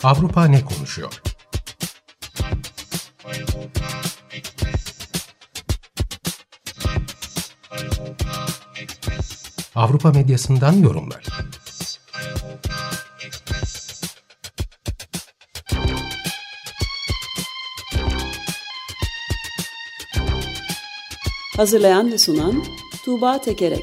Avrupa ne konuşuyor? Avrupa medyasından yorumlar. Hazırlayan ve sunan Tuğba Tekerek.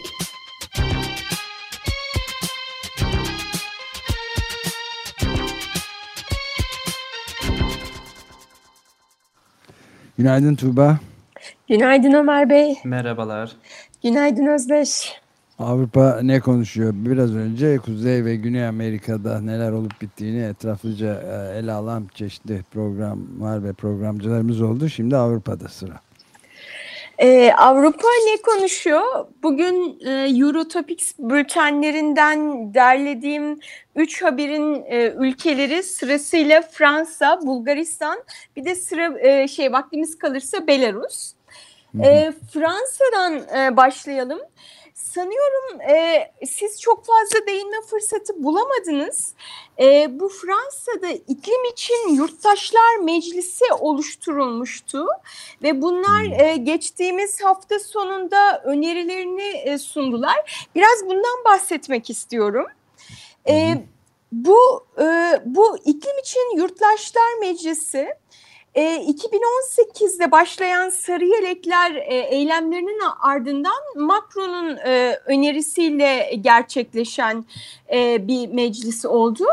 Günaydın Tuğba. Günaydın Ömer Bey. Merhabalar. Günaydın Özdeş. Avrupa ne konuşuyor? Biraz önce Kuzey ve Güney Amerika'da neler olup bittiğini etraflıca ele alan çeşitli programlar ve programcılarımız oldu. Şimdi Avrupa'da sıra. Avrupa ne konuşuyor? Bugün Eurotopics bültenlerinden derlediğim 3 haberin ülkeleri sırasıyla Fransa, Bulgaristan, bir de vaktimiz kalırsa Belarus. Fransa'dan başlayalım. Sanıyorum siz çok fazla değinme fırsatı bulamadınız. Bu Fransa'da iklim için Yurttaşlar Meclisi oluşturulmuştu ve bunlar geçtiğimiz hafta sonunda önerilerini sundular. Biraz bundan bahsetmek istiyorum. Bu iklim için Yurttaşlar Meclisi 2018'de başlayan sarı yelekler eylemlerinin ardından Macron'un önerisiyle gerçekleşen bir meclis oldu.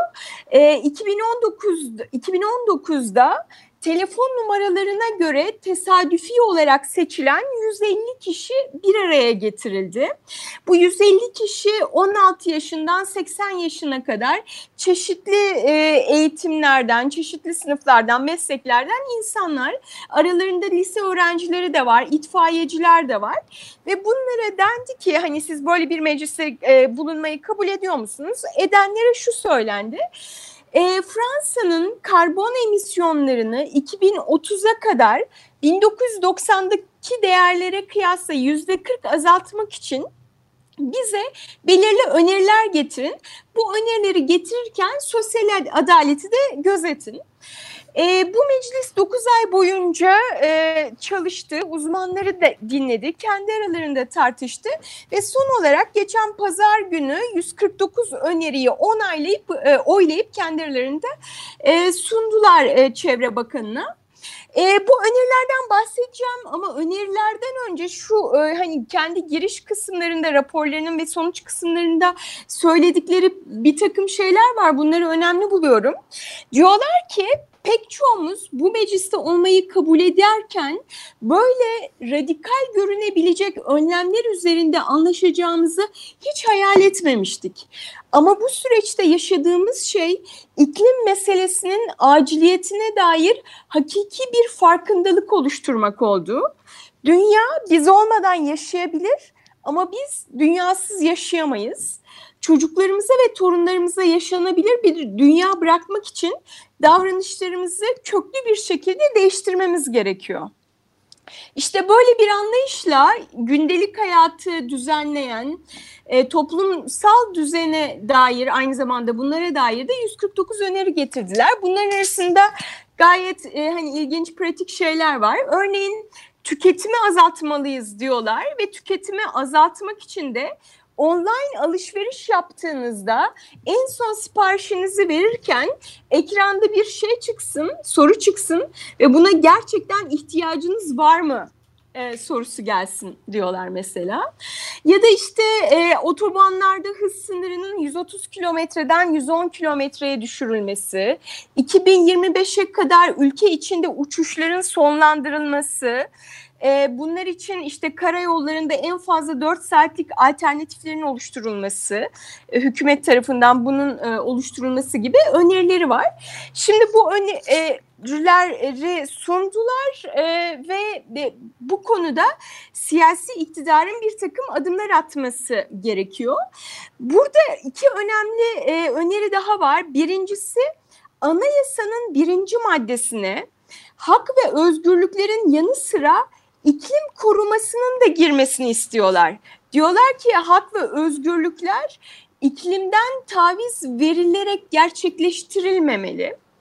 2019'da telefon numaralarına göre tesadüfi olarak seçilen 150 kişi bir araya getirildi. Bu 150 kişi 16 yaşından 80 yaşına kadar çeşitli eğitimlerden, çeşitli sınıflardan, mesleklerden insanlar. Aralarında lise öğrencileri de var, itfaiyeciler de var. Ve bunlara dendi ki hani siz böyle bir meclise bulunmayı kabul ediyor musunuz? Edenlere şu söylendi. Fransa'nın karbon emisyonlarını 2030'a kadar 1990'daki değerlere kıyasla %40 azaltmak için bize belirli öneriler getirin. Bu önerileri getirirken sosyal adaleti de gözetin. Bu meclis 9 ay boyunca çalıştı, uzmanları da dinledi, kendi aralarında tartıştı ve son olarak geçen pazar günü 149 öneriyi oylayıp kendi aralarında sundular Çevre Bakanı'na. Bu önerilerden bahsedeceğim ama önerilerden önce hani kendi giriş kısımlarında, raporlarının ve sonuç kısımlarında söyledikleri bir takım şeyler var. Bunları önemli buluyorum. Diyorlar ki pek çoğumuz bu mecliste olmayı kabul ederken böyle radikal görünebilecek önlemler üzerinde anlaşacağımızı hiç hayal etmemiştik. Ama bu süreçte yaşadığımız şey iklim meselesinin aciliyetine dair hakiki bir farkındalık oluşturmak oldu. Dünya biz olmadan yaşayabilir ama biz dünyasız yaşayamayız. Çocuklarımıza ve torunlarımıza yaşanabilir bir dünya bırakmak için davranışlarımızı köklü bir şekilde değiştirmemiz gerekiyor. İşte böyle bir anlayışla gündelik hayatı düzenleyen, toplumsal düzene dair aynı zamanda bunlara dair de 149 öneri getirdiler. Bunların arasında gayet ilginç pratik şeyler var. Örneğin tüketimi azaltmalıyız diyorlar ve tüketimi azaltmak için de online alışveriş yaptığınızda en son siparişinizi verirken ekranda bir şey çıksın, soru çıksın ve buna gerçekten ihtiyacınız var mı sorusu gelsin diyorlar mesela. Ya da işte otobanlarda hız sınırının 130 kilometreden 110 kilometreye düşürülmesi, 2025'e kadar ülke içinde uçuşların sonlandırılması, bunlar için işte karayollarında en fazla 4 saatlik alternatiflerin oluşturulması, hükümet tarafından bunun oluşturulması gibi önerileri var. Şimdi bu önerileri sundular ve bu konuda siyasi iktidarın bir takım adımlar atması gerekiyor. Burada iki önemli öneri daha var. Birincisi anayasanın 1. maddesine hak ve özgürlüklerin yanı sıra iklim korumasının da girmesini istiyorlar. Diyorlar ki hak ve özgürlükler iklimden taviz verilerek gerçekleştirilmemeli.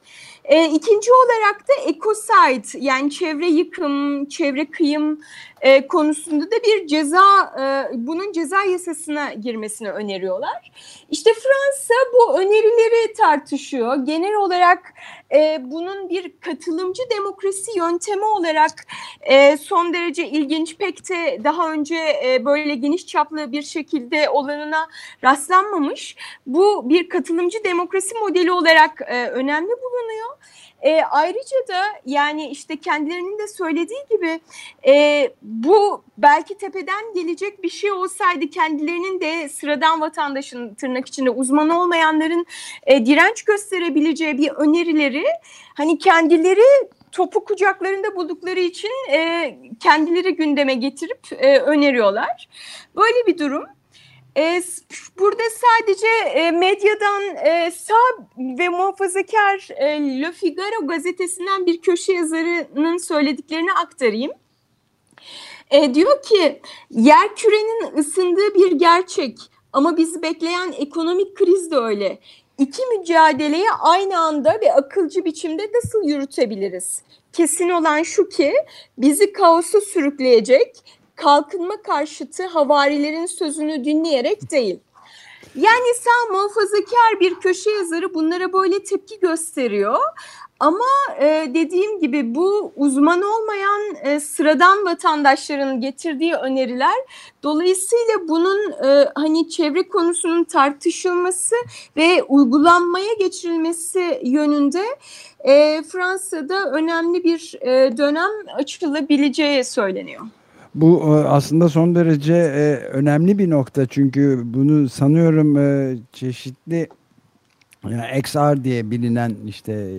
İkinci olarak da ecocide, yani çevre yıkım, çevre kıyım konusunda da bir bunun ceza yasasına girmesini öneriyorlar. İşte Fransa bu önerileri tartışıyor. Genel olarak bunun bir katılımcı demokrasi yöntemi olarak son derece ilginç, pek de daha önce böyle geniş çaplı bir şekilde olanına rastlanmamış. Bu bir katılımcı demokrasi modeli olarak önemli bulunuyor. Ayrıca da yani işte kendilerinin de söylediği gibi bu belki tepeden gelecek bir şey olsaydı kendilerinin de sıradan vatandaşın, tırnak içinde uzman olmayanların direnç gösterebileceği bir önerileri hani kendileri topu kucaklarında buldukları için kendileri gündeme getirip öneriyorlar. Böyle bir durum. Burada sadece medyadan sağ ve muhafazakar Le Figaro gazetesinden bir köşe yazarının söylediklerini aktarayım. Diyor ki yer kürenin ısındığı bir gerçek ama bizi bekleyen ekonomik kriz de öyle. İki mücadeleyi aynı anda ve akılcı biçimde nasıl yürütebiliriz? Kesin olan şu ki bizi kaosa sürükleyecek kalkınma karşıtı havarilerin sözünü dinleyerek değil. Yani sağ muhafazakar bir köşe yazarı bunlara böyle tepki gösteriyor. Ama dediğim gibi bu uzman olmayan sıradan vatandaşların getirdiği öneriler, dolayısıyla bunun hani çevre konusunun tartışılması ve uygulanmaya geçirilmesi yönünde Fransa'da önemli bir dönem açılabileceği söyleniyor. Bu aslında son derece önemli bir nokta, çünkü bunu sanıyorum çeşitli yani XR diye bilinen işte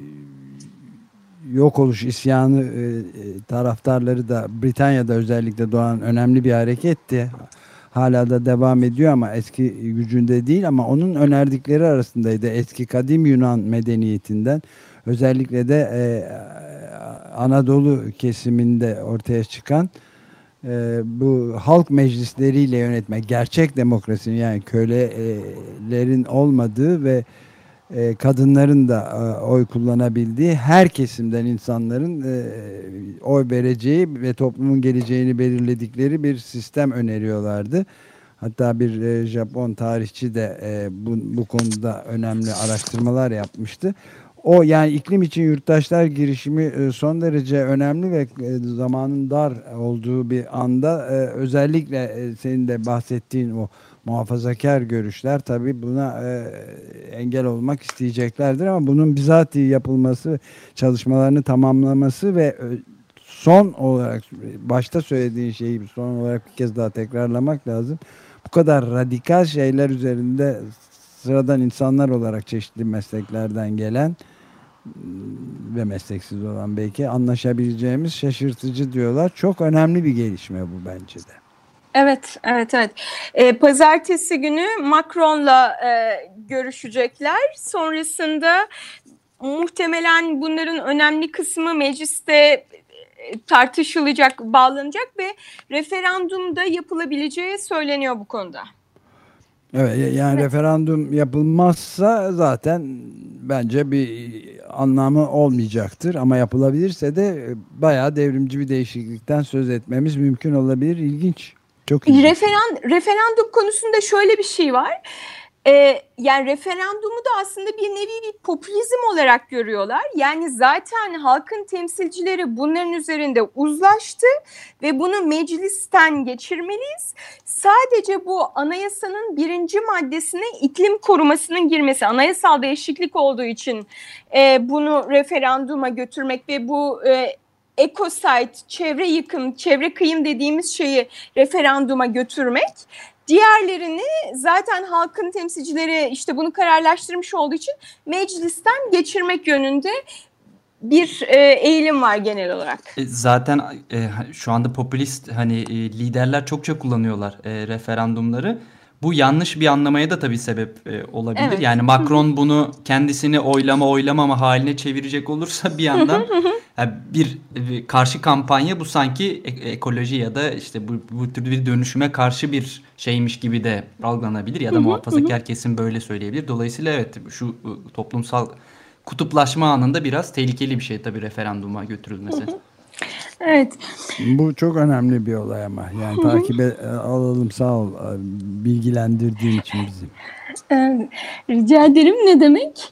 yok oluş isyanı taraftarları da Britanya'da özellikle doğan önemli bir hareketti. Hala da devam ediyor ama eski gücünde değil, ama onun önerdikleri arasındaydı. Eski kadim Yunan medeniyetinden, özellikle de Anadolu kesiminde ortaya çıkan bu halk meclisleriyle yönetme, gerçek demokrasinin, yani kölelerin olmadığı ve kadınların da oy kullanabildiği, her kesimden insanların oy vereceği ve toplumun geleceğini belirledikleri bir sistem öneriyorlardı. Hatta bir Japon tarihçi de bu konuda önemli araştırmalar yapmıştı. O yani iklim için yurttaşlar girişimi son derece önemli ve zamanın dar olduğu bir anda özellikle senin de bahsettiğin o muhafazakar görüşler tabii buna engel olmak isteyeceklerdir, ama bunun bizatihi yapılması, çalışmalarını tamamlaması ve son olarak başta söylediğin şeyi son olarak bir kez daha tekrarlamak lazım. Bu kadar radikal şeyler üzerinde sıradan insanlar olarak çeşitli mesleklerden gelen ve mesleksiz olan belki anlaşabileceğimiz şaşırtıcı diyorlar. Çok önemli bir gelişme bu bence de. Evet. Pazartesi günü Macron'la görüşecekler. Sonrasında muhtemelen bunların önemli kısmı mecliste tartışılacak, bağlanacak ve referandumda yapılabileceği söyleniyor bu konuda. Evet, yani referandum yapılmazsa zaten bence bir anlamı olmayacaktır, ama yapılabilirse de bayağı devrimci bir değişiklikten söz etmemiz mümkün olabilir. İlginç. Çok ilginç. Referandum konusunda şöyle bir şey var. Yani referandumu da aslında bir nevi bir popülizm olarak görüyorlar. Yani zaten halkın temsilcileri bunların üzerinde uzlaştı ve bunu meclisten geçirmeliyiz. Sadece bu anayasanın 1. maddesine iklim korumasının girmesi, anayasal değişiklik olduğu için bunu referanduma götürmek ve bu ecocide, çevre yıkım, çevre kıyım dediğimiz şeyi referanduma götürmek. Diğerlerini zaten halkın temsilcileri işte bunu kararlaştırmış olduğu için meclisten geçirmek yönünde bir eğilim var genel olarak. Zaten şu anda popülist liderler çokça kullanıyorlar referandumları. Bu yanlış bir anlamaya da tabii sebep olabilir. Evet. Yani Macron bunu kendisini oylamama haline çevirecek olursa bir yandan bir karşı kampanya, bu sanki ekoloji ya da işte bu tür bir dönüşüme karşı bir şeymiş gibi de algılanabilir ya da muhafazakar kesim böyle söyleyebilir. Dolayısıyla evet, şu toplumsal kutuplaşma anında biraz tehlikeli bir şey tabii referanduma götürülmesi. Evet. Bu çok önemli bir olay ama. Yani takip alalım, sağ ol bilgilendirdiğin için bizi. Rica ederim, ne demek?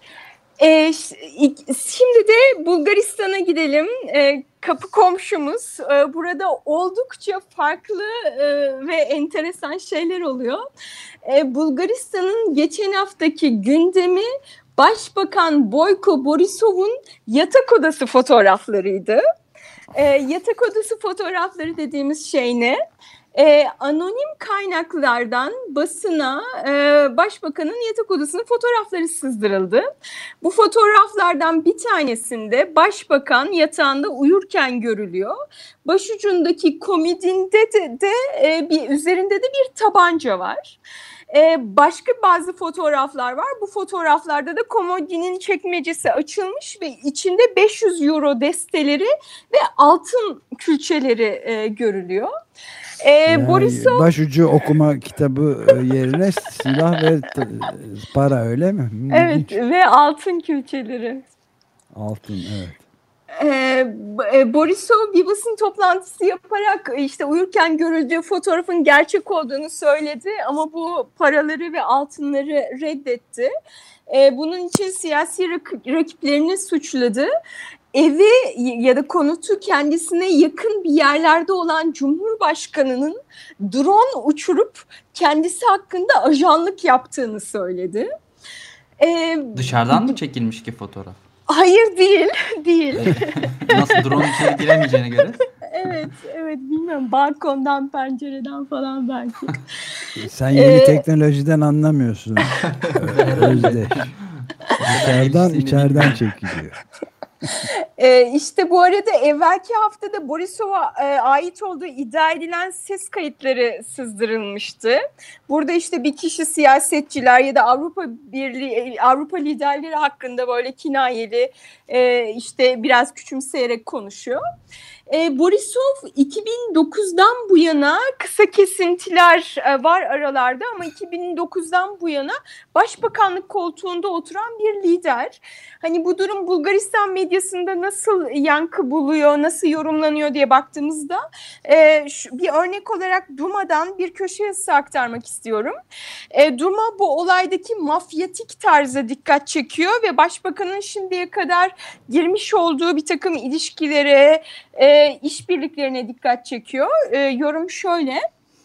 Şimdi de Bulgaristan'a gidelim. Kapı komşumuz. Burada oldukça farklı ve enteresan şeyler oluyor. Bulgaristan'ın geçen haftaki gündemi Başbakan Boyko Borisov'un yatak odası fotoğraflarıydı. Yatak odası fotoğrafları dediğimiz şey ne? Anonim kaynaklardan basına başbakanın yatak odasının fotoğrafları sızdırıldı. Bu fotoğraflardan bir tanesinde başbakan yatağında uyurken görülüyor. Başucundaki komodinde de üzerinde de bir tabanca var. Başka bazı fotoğraflar var. Bu fotoğraflarda da komodinin çekmecesi açılmış ve içinde 500 euro desteleri ve altın külçeleri görülüyor. Yani Borisov başucu okuma kitabı yerine silah ve para, öyle mi? Evet, ve altın külçeleri. Altın, evet. Borisov bir basın toplantısı yaparak işte uyurken görüldüğü fotoğrafın gerçek olduğunu söyledi ama bu paraları ve altınları reddetti. Bunun için siyasi rakiplerini suçladı. Evi ya da konutu kendisine yakın bir yerlerde olan Cumhurbaşkanı'nın drone uçurup kendisi hakkında ajanlık yaptığını söyledi. Dışarıdan mı çekilmiş ki fotoğraf? Hayır, değil. Nasıl, drone içeri giremeyeceğine göre? Evet, bilmiyorum, balkondan, pencereden falan belki. Sen yeni teknolojiden anlamıyorsun Özdeş. Dışarıdan içeriden çekiliyor. İşte bu arada evvelki haftada Borisov'a ait olduğu iddia edilen ses kayıtları sızdırılmıştı. Burada işte bir kişi siyasetçiler ya da Avrupa liderleri hakkında böyle kinayeli işte biraz küçümseyerek konuşuyor. Borisov 2009'dan bu yana kısa kesintiler var aralarda ama 2009'dan bu yana başbakanlık koltuğunda oturan bir lider. Hani bu durum Bulgaristan medyasında nasıl yankı buluyor, nasıl yorumlanıyor diye baktığımızda bir örnek olarak Duma'dan bir köşe yazısı aktarmak istiyorum. Duma bu olaydaki mafyatik tarza dikkat çekiyor ve başbakanın şimdiye kadar girmiş olduğu bir takım ilişkilere, işbirliklerine dikkat çekiyor. Yorum şöyle: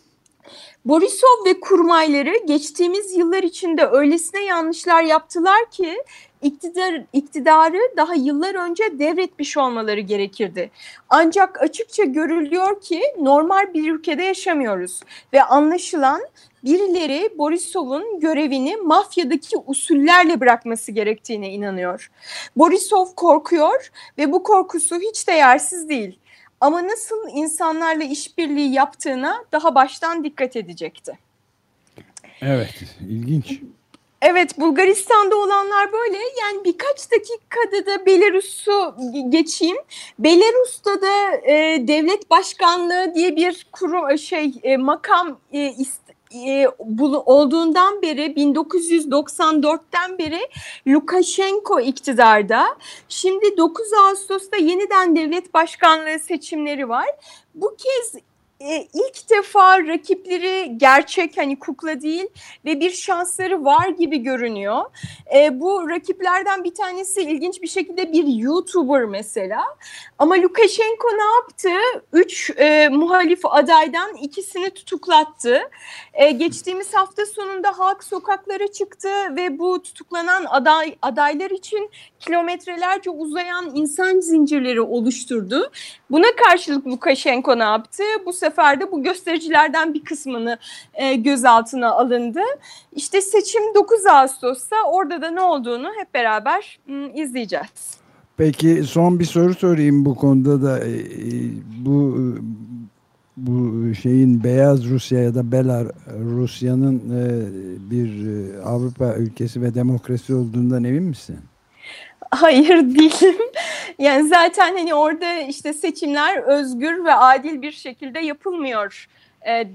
Borisov ve kurmayları geçtiğimiz yıllar içinde öylesine yanlışlar yaptılar ki iktidarı daha yıllar önce devretmiş olmaları gerekirdi. Ancak açıkça görülüyor ki normal bir ülkede yaşamıyoruz ve anlaşılan birileri Borisov'un görevini mafyadaki usullerle bırakması gerektiğine inanıyor. Borisov korkuyor ve bu korkusu hiç de yersiz değil. Ama nasıl insanlarla işbirliği yaptığına daha baştan dikkat edecekti. Evet, ilginç. Evet, Bulgaristan'da olanlar böyle. Yani birkaç dakikada da Belarus'u geçeyim. Belarus'ta da devlet başkanlığı diye bir kurum, makam olduğundan beri 1994'ten beri Lukashenko iktidarda. Şimdi 9 Ağustos'ta yeniden devlet başkanlığı seçimleri var. Bu kez ilk defa rakipleri gerçek, hani kukla değil ve bir şansları var gibi görünüyor. Bu rakiplerden bir tanesi ilginç bir şekilde bir YouTuber mesela. Ama Lukashenko ne yaptı? 3 muhalif adaydan ikisini tutuklattı. Geçtiğimiz hafta sonunda halk sokaklara çıktı ve bu tutuklanan adaylar için kilometrelerce uzayan insan zincirleri oluşturdu. Buna karşılık Lukashenko ne yaptı? Bu sefer de bu göstericilerden bir kısmını gözaltına alındı. İşte seçim 9 Ağustos'ta, orada da ne olduğunu hep beraber izleyeceğiz. Peki son bir soru sorayım bu konuda da. Bu şeyin Beyaz Rusya ya da Belarus'un bir Avrupa ülkesi ve demokrasi olduğundan emin misin? Hayır, değilim. Yani zaten hani orada işte seçimler özgür ve adil bir şekilde yapılmıyor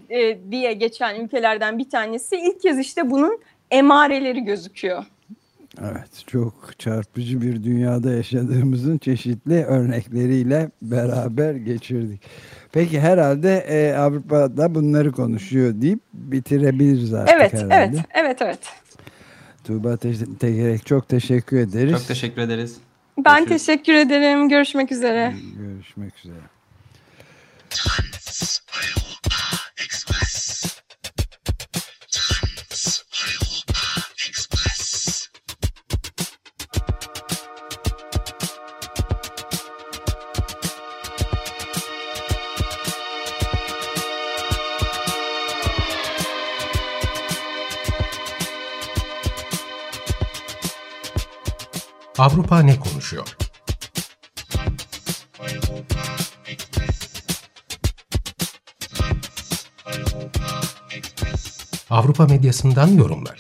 diye geçen ülkelerden bir tanesi. İlk kez işte bunun emareleri gözüküyor. Evet, çok çarpıcı bir dünyada yaşadığımızın çeşitli örnekleriyle beraber geçirdik. Peki herhalde Avrupa'da bunları konuşuyor deyip bitirebiliriz artık herhalde. Evet. Tuğba Tekerek, çok teşekkür ederiz. Çok teşekkür ederiz. Ben teşekkür ederim. Görüşmek üzere. Görüşmek üzere. Avrupa ne konuşuyor? Avrupa medyasından yorumlar.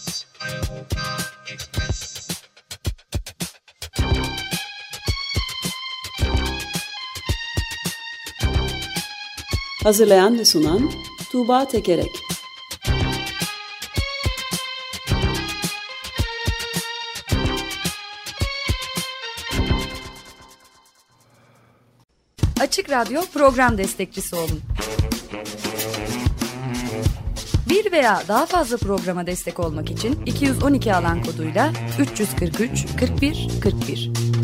Hazırlayan ve sunan Tuğba Tekerek. Açık Radyo program destekçisi olun. Bir veya daha fazla programa destek olmak için 212 alan koduyla 343 41 41